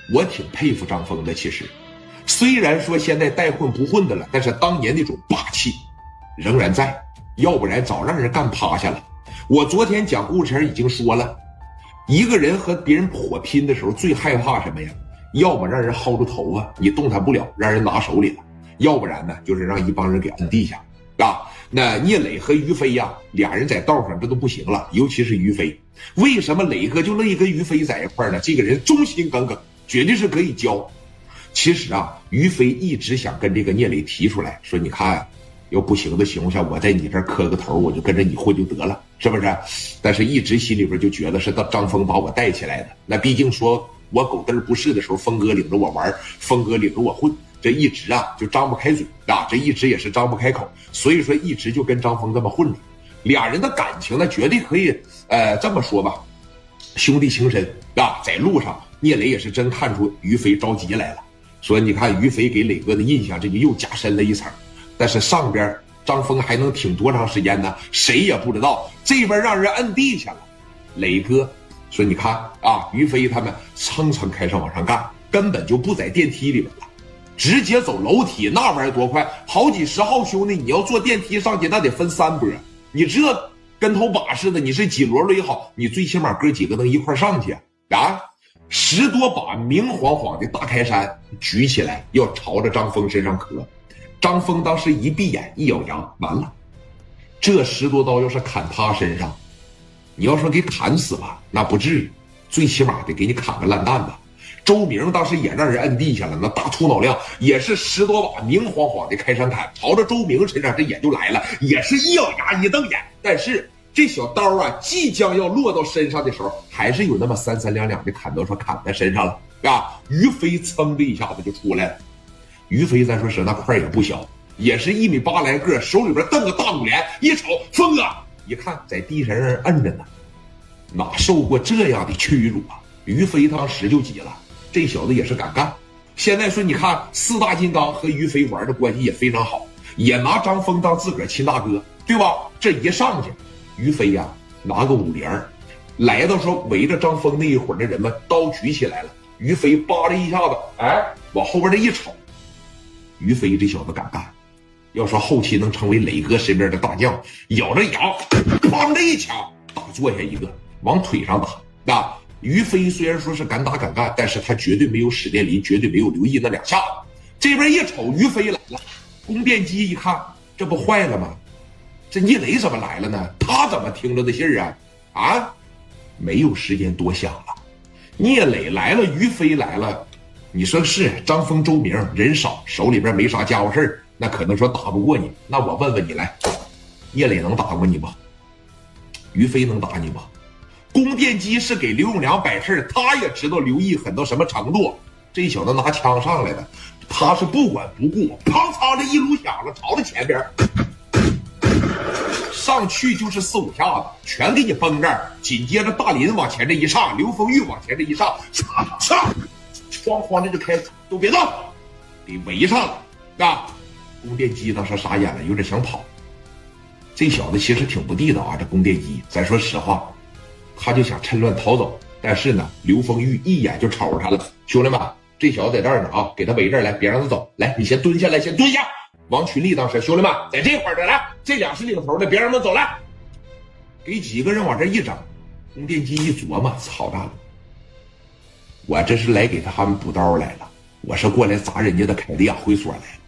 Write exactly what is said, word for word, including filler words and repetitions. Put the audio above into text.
我挺佩服张峰的。其实，虽然说现在带混不混的了，但是当年那种霸气仍然在，要不然早让人干趴下了。我昨天讲故事前已经说了，一个人和别人火拼的时候，最害怕什么呀？要么让人薅住头发，你动弹不了，让人拿手里了；要不然呢，就是让一帮人给摁地下。啊，那聂磊和于飞呀，俩人在道上这都不行了，尤其是于飞。为什么磊哥就乐意跟于飞在一块呢？这个人忠心耿耿，绝对是可以教。其实啊，于飞一直想跟这个聂磊提出来说，你看，要不行的情况下，我在你这儿磕个头，我就跟着你混就得了，是不是？但是一直心里边就觉得是到张峰把我带起来的。那毕竟说我狗嘚儿不是的时候，峰哥领着我玩，峰哥领着我混，这一直啊就张不开嘴啊，这一直也是张不开口，所以说一直就跟张峰这么混着。俩人的感情呢，绝对可以，呃，这么说吧，兄弟情深啊。在路上，聂磊也是真看出于飞着急来了，说你看于飞给磊哥的印象，这就又加深了一层。但是上边张峰还能挺多长时间呢？谁也不知道。这边让人摁地下了，磊哥说你看啊，于飞他们蹭蹭开始往上干，根本就不在电梯里边了，直接走楼梯，那玩意儿多快，好几十号兄弟，你要坐电梯上去，那得分三波。你这跟头把似的，你是几摞摞也好，你最起码哥几个能一块上去啊！十多把明晃晃的大开山举起来，要朝着张峰身上磕。张峰当时一闭眼一咬牙，完了，这十多刀要是砍他身上，你要说给砍死吧，那不至于，最起码得给你砍个烂蛋吧。周明当时也让人摁地下了，那大粗脑量也是十多把明晃晃的开山砍，朝着周明身上这也就来了，也是一咬牙一瞪眼。但是这小刀啊，即将要落到身上的时候，还是有那么三三两两的砍到说砍在身上了啊。于飞噌的一下子就出来了，于飞咱说是那块也不小，也是一米八来个，手里边瞪个大五连，一瞅峰哥，一看在地上人摁着呢，哪受过这样的屈辱啊？于飞当时就急了。这小子也是敢干，现在说你看四大金刚和于飞玩的关系也非常好，也拿张峰当自个儿亲大哥，对吧？这一上去，于飞呀、啊、拿个五连来到说围着张峰那一会儿的人们刀举起来了，于飞扒了一下子，哎，往后边这一瞅，于飞这小子敢干，要说后期能成为磊哥身边的大将，咬着牙，砰的一枪打坐下一个，往腿上打啊。于飞虽然说是敢打敢干，但是他绝对没有史殿林，绝对没有刘毅那两下子。这边一瞅于飞来了，宫殿机一看，这不坏了吗？这聂磊怎么来了呢？他怎么听着的信儿啊？啊，没有时间多想了。聂磊来了，于飞来了，你说是张峰、周明人少，手里边没啥家伙事儿，那可能说打不过你。那我问问你来，聂磊能打过你吗？于飞能打你吗？宫殿机是给刘永良摆事，他也知道刘毅狠到什么程度。这小子拿枪上来的，他是不管不顾，砰嚓的一撸响了，朝着前边上去就是四五下子，全给你崩这儿。紧接着大林往前这一上，刘丰玉往前这一上，上上，哐哐的就开，都别动，给围上了啊！宫殿机当时傻眼了，有点想跑。这小子其实挺不地道啊，这宫殿机，咱说实话。他就想趁乱逃走，但是呢，刘丰玉一眼就瞅着他了。兄弟们，这小子在这儿呢啊，给他围这儿来，别让他走。来，你先蹲下来，先蹲下。王群力当时，兄弟们在这块儿的，来，这俩是领头的，别让他们走，来，给几个人往这一整。宫殿机一琢磨，操蛋了，我这是来给他们补刀来了，我是过来砸人家的凯利亚会所来了。